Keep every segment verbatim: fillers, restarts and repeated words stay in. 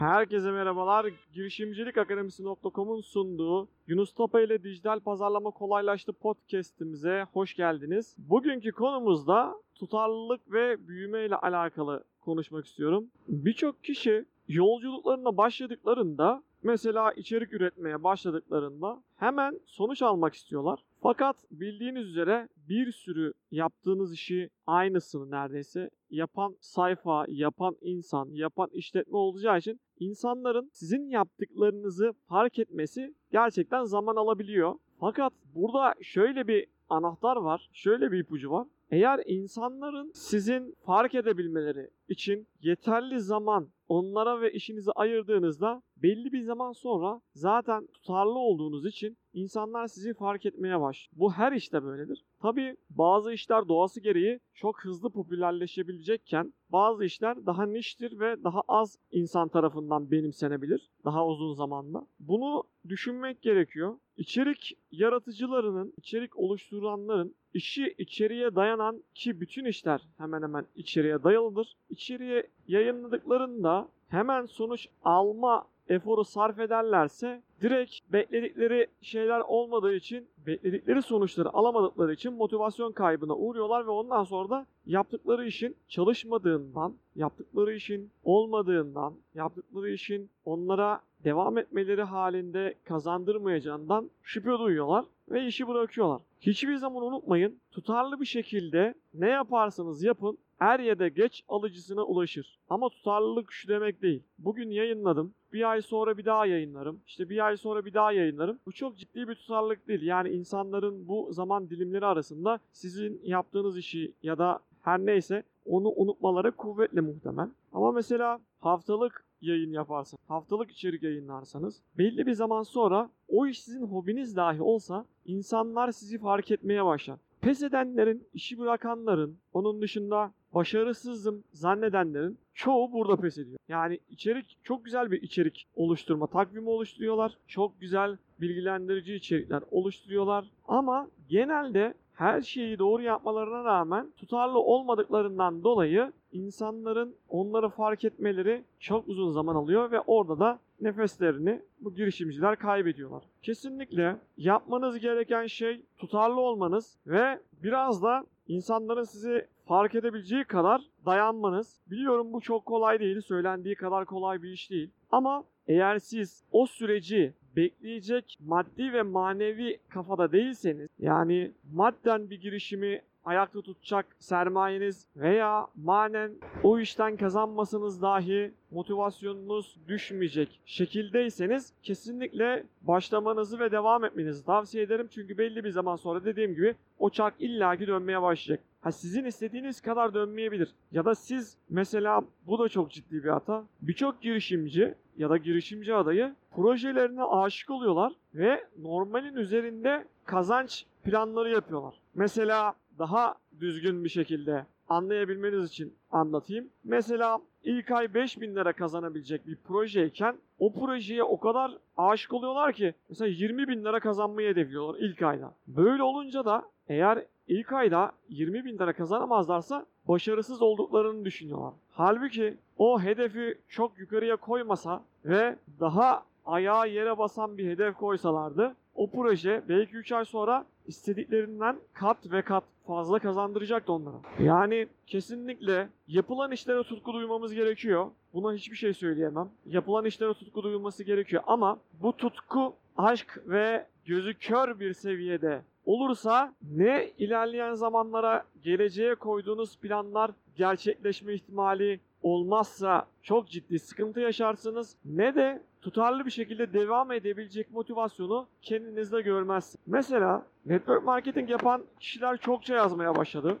Herkese merhabalar. Girişimcilik akademisi nokta com'un sunduğu Yunus Tapa ile Dijital Pazarlama Kolaylaştı podcast'imize hoş geldiniz. Bugünkü konumuzda tutarlılık ve büyüme ile alakalı konuşmak istiyorum. Birçok kişi yolculuklarına başladıklarında, mesela içerik üretmeye başladıklarında hemen sonuç almak istiyorlar. Fakat bildiğiniz üzere bir sürü yaptığınız işi aynısını neredeyse yapan sayfa, yapan insan, yapan işletme olacağı için insanların sizin yaptıklarınızı fark etmesi gerçekten zaman alabiliyor. Fakat burada şöyle bir anahtar var, şöyle bir ipucu var. Eğer insanların sizin fark edebilmeleri için yeterli zaman onlara ve işinizi ayırdığınızda belli bir zaman sonra zaten tutarlı olduğunuz için insanlar sizi fark etmeye başlıyor. Bu her işte böyledir. Tabii bazı işler doğası gereği çok hızlı popülerleşebilecekken bazı işler daha niştir ve daha az insan tarafından benimsenebilir daha uzun zamanda. Bunu düşünmek gerekiyor. İçerik yaratıcılarının, içerik oluşturanların işi içeriye dayanan, ki bütün işler hemen hemen içeriye dayalıdır. İçeriye yayınladıklarında hemen sonuç alma eforu sarf ederlerse direkt bekledikleri şeyler olmadığı için, bekledikleri sonuçları alamadıkları için motivasyon kaybına uğruyorlar ve ondan sonra da yaptıkları işin çalışmadığından, yaptıkları işin olmadığından, yaptıkları işin onlara devam etmeleri halinde kazandırmayacağından şüphe duyuyorlar ve işi bırakıyorlar. Hiçbir zaman unutmayın, tutarlı bir şekilde ne yaparsanız yapın er ya da geç alıcısına ulaşır. Ama tutarlılık şu demek değil. Bugün yayınladım, bir ay sonra bir daha yayınlarım, işte bir ay sonra bir daha yayınlarım. Bu çok ciddi bir tutarlılık değil. Yani insanların bu zaman dilimleri arasında sizin yaptığınız işi ya da her neyse onu unutmaları kuvvetli muhtemel. Ama mesela haftalık yayın yaparsanız, haftalık içerik yayınlarsanız belli bir zaman sonra o iş sizin hobiniz dahi olsa insanlar sizi fark etmeye başlar. Pes edenlerin, işi bırakanların, onun dışında başarısızım zannedenlerin çoğu burada pes ediyor. Yani içerik, çok güzel bir içerik oluşturma takvimi oluşturuyorlar. Çok güzel bilgilendirici içerikler oluşturuyorlar. Ama genelde her şeyi doğru yapmalarına rağmen tutarlı olmadıklarından dolayı insanların onları fark etmeleri çok uzun zaman alıyor ve orada da nefeslerini bu girişimciler kaybediyorlar. Kesinlikle yapmanız gereken şey tutarlı olmanız ve biraz da insanların sizi fark edebileceği kadar dayanmanız. Biliyorum bu çok kolay değil, söylendiği kadar kolay bir iş değil. Ama eğer siz o süreci bekleyecek maddi ve manevi kafada değilseniz, yani madden bir girişimi ayakta tutacak sermayeniz veya manen o işten kazanmasanız dahi motivasyonunuz düşmeyecek şekildeyseniz kesinlikle başlamanızı ve devam etmenizi tavsiye ederim. Çünkü belli bir zaman sonra dediğim gibi o çark illaki dönmeye başlayacak. Ha, sizin istediğiniz kadar dönmeyebilir. Ya da siz mesela, bu da çok ciddi bir hata. Birçok girişimci ya da girişimci adayı projelerine aşık oluyorlar ve normalin üzerinde kazanç planları yapıyorlar. Mesela daha düzgün bir şekilde anlayabilmeniz için anlatayım. Mesela ilk ay beş bin lira kazanabilecek bir projeyken o projeye o kadar aşık oluyorlar ki mesela yirmi bin lira kazanmayı hedefliyorlar ilk ayda. Böyle olunca da eğer ilk ayda yirmi bin lira kazanamazlarsa başarısız olduklarını düşünüyorlar. Halbuki o hedefi çok yukarıya koymasa ve daha ayağı yere basan bir hedef koysalardı o proje belki üç ay sonra istediklerinden kat ve kat fazla kazandıracaktı onlara. Yani kesinlikle yapılan işlere tutku duymamız gerekiyor. Buna hiçbir şey söyleyemem. Yapılan işlere tutku duyulması gerekiyor ama bu tutku aşk ve gözü kör bir seviyede olursa ne ilerleyen zamanlara, geleceğe koyduğunuz planlar gerçekleşme ihtimali olmazsa çok ciddi sıkıntı yaşarsınız, ne de tutarlı bir şekilde devam edebilecek motivasyonu kendinizde görmezsiniz. Mesela network marketing yapan kişiler çokça yazmaya başladı.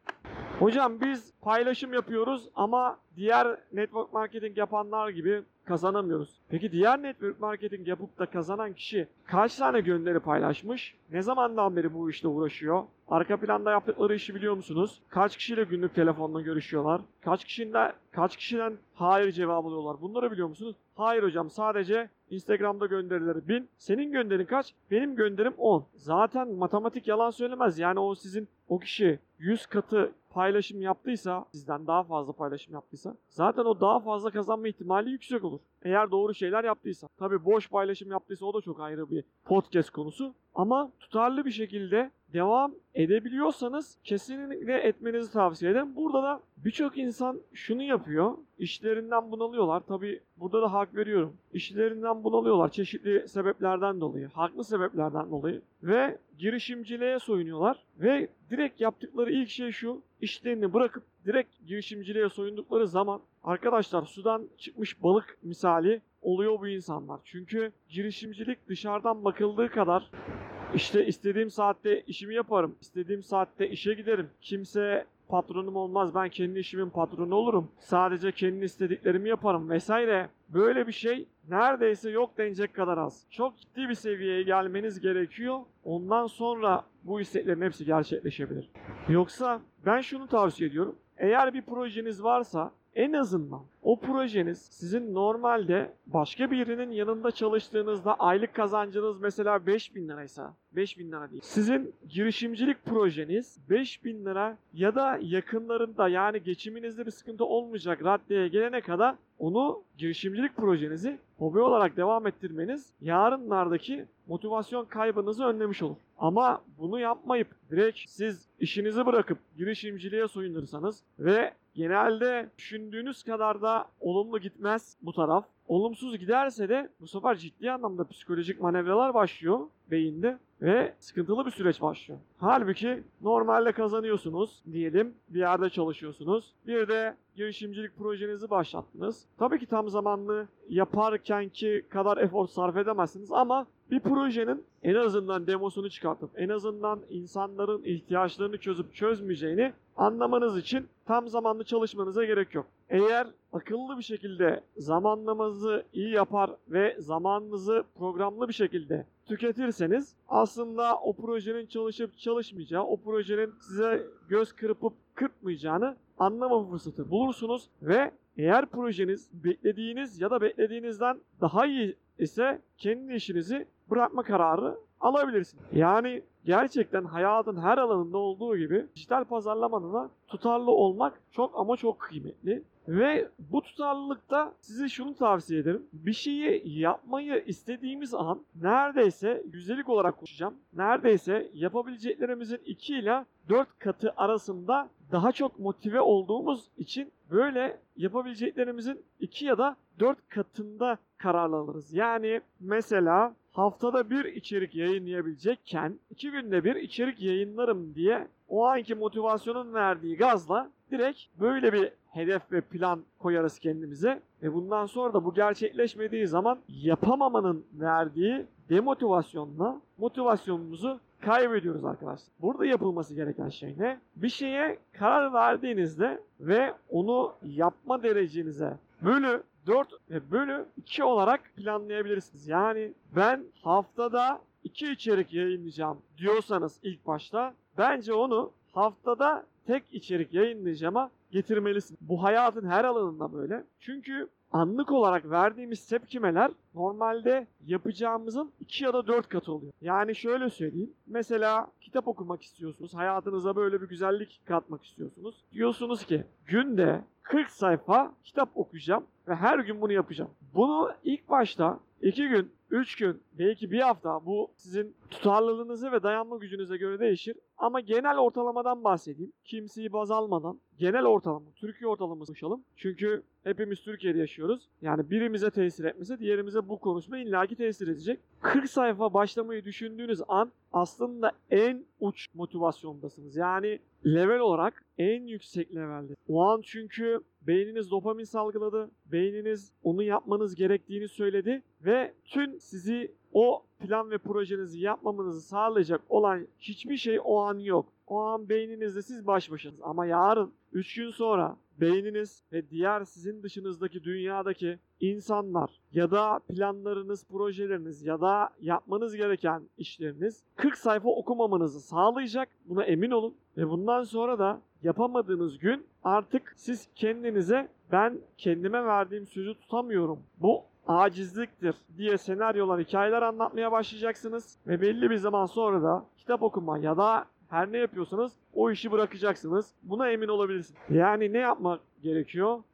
Hocam biz paylaşım yapıyoruz ama diğer network marketing yapanlar gibi kazanamıyoruz. Peki diğer network marketing yapıp da kazanan kişi kaç tane gönderi paylaşmış? Ne zamandan beri bu işle uğraşıyor? Arka planda yaptıkları işi biliyor musunuz? Kaç kişiyle günlük telefonla görüşüyorlar? Kaç kişiden, kaç kişiden hayır cevabı alıyorlar? Bunları biliyor musunuz? Hayır hocam, sadece Instagram'da gönderileri bin. Senin gönderin kaç? Benim gönderim on. Zaten matematik yalan söylemez. Yani o sizin o kişi yüz katı paylaşım yaptıysa, sizden daha fazla paylaşım yaptıysa zaten o daha fazla kazanma ihtimali yüksek olur. Eğer doğru şeyler yaptıysa. Tabii boş paylaşım yaptıysa o da çok ayrı bir podcast konusu. Ama tutarlı bir şekilde devam edebiliyorsanız kesinlikle etmenizi tavsiye ederim. Burada da birçok insan şunu yapıyor. İşlerinden bunalıyorlar. Tabii burada da hak veriyorum. İşlerinden bunalıyorlar çeşitli sebeplerden dolayı. Haklı sebeplerden dolayı. Ve girişimciliğe soyunuyorlar. Ve direkt yaptıkları ilk şey şu. İşlerini bırakıp direkt girişimciliğe soyundukları zaman arkadaşlar sudan çıkmış balık misali oluyor bu insanlar. Çünkü girişimcilik dışarıdan bakıldığı kadar işte istediğim saatte işimi yaparım, istediğim saatte işe giderim, kimse patronum olmaz, ben kendi işimin patronu olurum, sadece kendi istediklerimi yaparım vesaire. Böyle bir şey neredeyse yok denecek kadar az. Çok ciddi bir seviyeye gelmeniz gerekiyor. Ondan sonra bu isteklerin hepsi gerçekleşebilir. Yoksa ben şunu tavsiye ediyorum. Eğer bir projeniz varsa en azından o projeniz sizin normalde başka birinin yanında çalıştığınızda aylık kazancınız mesela beş bin liraysa, beş bin lira değil. Sizin girişimcilik projeniz beş bin lira ya da yakınlarında, yani geçiminizde bir sıkıntı olmayacak raddeye gelene kadar onu, girişimcilik projenizi hobi olarak devam ettirmeniz yarınlardaki motivasyon kaybınızı önlemiş olur. Ama bunu yapmayıp direkt siz işinizi bırakıp girişimciliğe soyunursanız ve genelde düşündüğünüz kadar da olumlu gitmez bu taraf. Olumsuz giderse de bu sefer ciddi anlamda psikolojik manevralar başlıyor beyinde ve sıkıntılı bir süreç başlıyor. Halbuki normalde kazanıyorsunuz diyelim, bir yerde çalışıyorsunuz. Bir de girişimcilik projenizi başlattınız. Tabii ki tam zamanlı yaparkenki kadar efor sarf edemezsiniz ama bir projenin en azından demosunu çıkartıp en azından insanların ihtiyaçlarını çözüp çözmeyeceğini anlamanız için tam zamanlı çalışmanıza gerek yok. Eğer akıllı bir şekilde zamanlamanızı iyi yapar ve zamanınızı programlı bir şekilde tüketirseniz aslında o projenin çalışıp çalışmayacağı, o projenin size göz kırpıp kırpmayacağını anlama fırsatı bulursunuz ve eğer projeniz beklediğiniz ya da beklediğinizden daha iyi ise kendi işinizi bırakma kararı alabilirsiniz. Yani gerçekten hayatın her alanında olduğu gibi dijital pazarlamada da tutarlı olmak çok ama çok kıymetli. Ve bu tutarlılıkta size şunu tavsiye ederim. Bir şeyi yapmayı istediğimiz an neredeyse yüzdelik olarak konuşacağım. Neredeyse yapabileceklerimizin iki ile dört katı arasında daha çok motive olduğumuz için böyle yapabileceklerimizin iki ya da dört katında kararlı alırız. Yani mesela haftada bir içerik yayınlayabilecekken iki günde bir içerik yayınlarım diye o anki motivasyonun verdiği gazla direkt böyle bir hedef ve plan koyarız kendimize. Ve bundan sonra da bu gerçekleşmediği zaman yapamamanın verdiği demotivasyonla motivasyonumuzu kaybediyoruz arkadaşlar. Burada yapılması gereken şey ne? Bir şeye karar verdiğinizde ve onu yapma derecenize bölü dört ve bölü iki olarak planlayabilirsiniz. Yani ben haftada iki içerik yayınlayacağım diyorsanız ilk başta bence onu haftada tek içerik yayınlayacağıma getirmelisin. Bu hayatın her alanında böyle. Çünkü anlık olarak verdiğimiz tepkimeler normalde yapacağımızın iki ya da dört katı oluyor. Yani şöyle söyleyeyim. Mesela kitap okumak istiyorsunuz. Hayatınıza böyle bir güzellik katmak istiyorsunuz. Diyorsunuz ki günde kırk sayfa kitap okuyacağım ve her gün bunu yapacağım. Bunu ilk başta iki gün, üç gün, belki bir hafta, bu sizin tutarlılığınıza ve dayanma gücünüze göre değişir. Ama genel ortalamadan bahsedeyim. Kimseyi baz almadan genel ortalama, Türkiye ortalaması konuşalım. Çünkü hepimiz Türkiye'de yaşıyoruz. Yani birimize tesir etmese diğerimize bu konuşma illaki tesir edecek. kırk sayfa başlamayı düşündüğünüz an aslında en uç motivasyondasınız. Yani level olarak en yüksek levelde. O an çünkü beyniniz dopamin salgıladı. Beyniniz onu yapmanız gerektiğini söyledi ve tüm sizi o plan ve projenizi yapmamanızı sağlayacak olan hiçbir şey o an yok. O an beyninizde siz baş başasınız. Ama yarın, üç gün sonra beyniniz ve diğer sizin dışınızdaki dünyadaki insanlar ya da planlarınız, projeleriniz ya da yapmanız gereken işleriniz kırk sayfa okumamanızı sağlayacak. Buna emin olun. Ve bundan sonra da yapamadığınız gün artık siz kendinize ben kendime verdiğim sözü tutamıyorum, bu acizliktir diye senaryolar, hikayeler anlatmaya başlayacaksınız. Ve belli bir zaman sonra da kitap okuma ya da her ne yapıyorsanız o işi bırakacaksınız. Buna emin olabilirsiniz. Yani ne yapmak gerekiyor?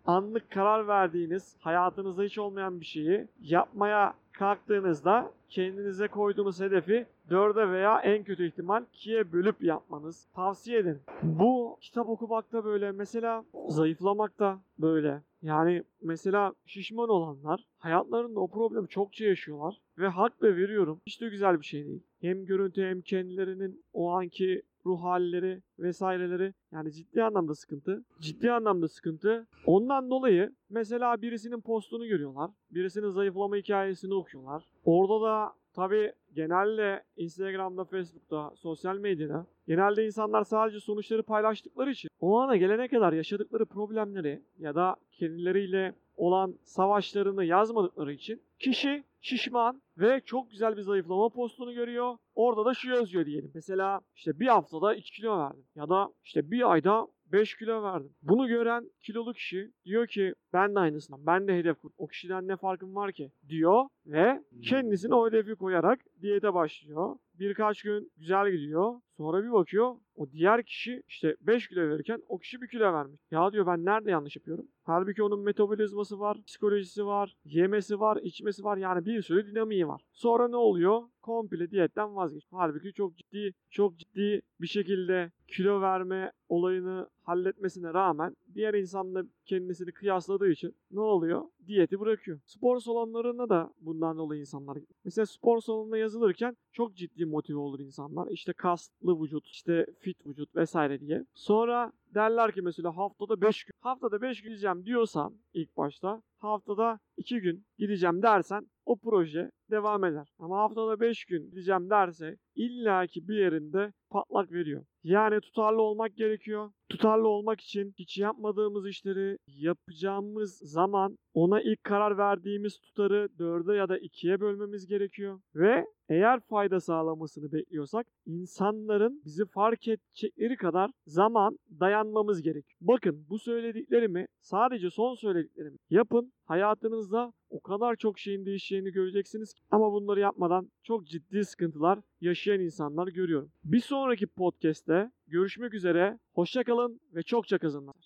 anlık karar verdiğiniz, hayatınızda hiç olmayan bir şeyi yapmaya kalktığınızda kendinize koyduğunuz hedefi dörde veya en kötü ihtimal ikiye bölüp yapmanız tavsiye ederim. Bu kitap okumakta böyle, mesela zayıflamakta böyle. Yani mesela şişman olanlar hayatlarında o problemi çokça yaşıyorlar ve hak da veriyorum. Hiç de güzel bir şey değil. Hem görüntü hem kendilerinin o anki ruh halleri vesaireleri, yani ciddi anlamda sıkıntı. Ciddi anlamda sıkıntı. Ondan dolayı mesela birisinin postunu görüyorlar. Birisinin zayıflama hikayesini okuyorlar. Orada da tabii genelde Instagram'da, Facebook'ta, sosyal medyada genelde insanlar sadece sonuçları paylaştıkları için o ana gelene kadar yaşadıkları problemleri ya da kendileriyle olan savaşlarını yazmadıkları için kişi şişman ve çok güzel bir zayıflama postunu görüyor. Orada da şu yazıyor diyelim. Mesela işte bir haftada iki kilo verdim ya da işte bir ayda beş kilo verdim. Bunu gören kilolu kişi diyor ki ben de aynısından, ben de hedef kur. O kişiden ne farkım var ki diyor ve kendisine o hedefi koyarak diyete başlıyor. Birkaç gün güzel gidiyor. Sonra bir bakıyor o diğer kişi işte beş kilo verirken o kişi bir kilo vermiş. Ya diyor, ben nerede yanlış yapıyorum? Halbuki onun metabolizması var, psikolojisi var, yemesi var, içmesi var. Yani bir sürü dinamiği var. Sonra ne oluyor? Komple diyetten vazgeç. Halbuki çok ciddi, çok ciddi bir şekilde kilo verme olayını halletmesine rağmen diğer insanla kendisini kıyasladığı için ne oluyor? Diyeti bırakıyor. Spor salonlarına da bundan dolayı insanlar gidiyor. Mesela spor salonuna yazılırken çok ciddi motive olur insanlar. İşte kaslı vücut, işte fit vücut vesaire diye. Sonra derler ki mesela haftada beş gün. Haftada beş gün gideceğim diyorsan ilk başta, haftada iki gün gideceğim dersen o proje devam eder. Ama haftada beş gün gideceğim derse illaki bir yerinde patlak veriyor. Yani tutarlı olmak gerekiyor. Tutarlı olmak için hiç yapmadığımız işleri yapacağımız zaman ona ilk karar verdiğimiz tutarı dörde ya da ikiye bölmemiz gerekiyor. Ve eğer fayda sağlamasını bekliyorsak insanların bizi fark edecekleri kadar zaman dayanmamız gerekiyor. Bakın, bu söylediklerimi, sadece son söylediklerimi yapın. Hayatınızda o kadar çok şeyin değişeceğini göreceksiniz ki. Ama bunları yapmadan çok ciddi sıkıntılar yaşayan insanlar görüyorum. Bir sonraki podcast'te görüşmek üzere. Hoşça kalın ve çokça kazanın.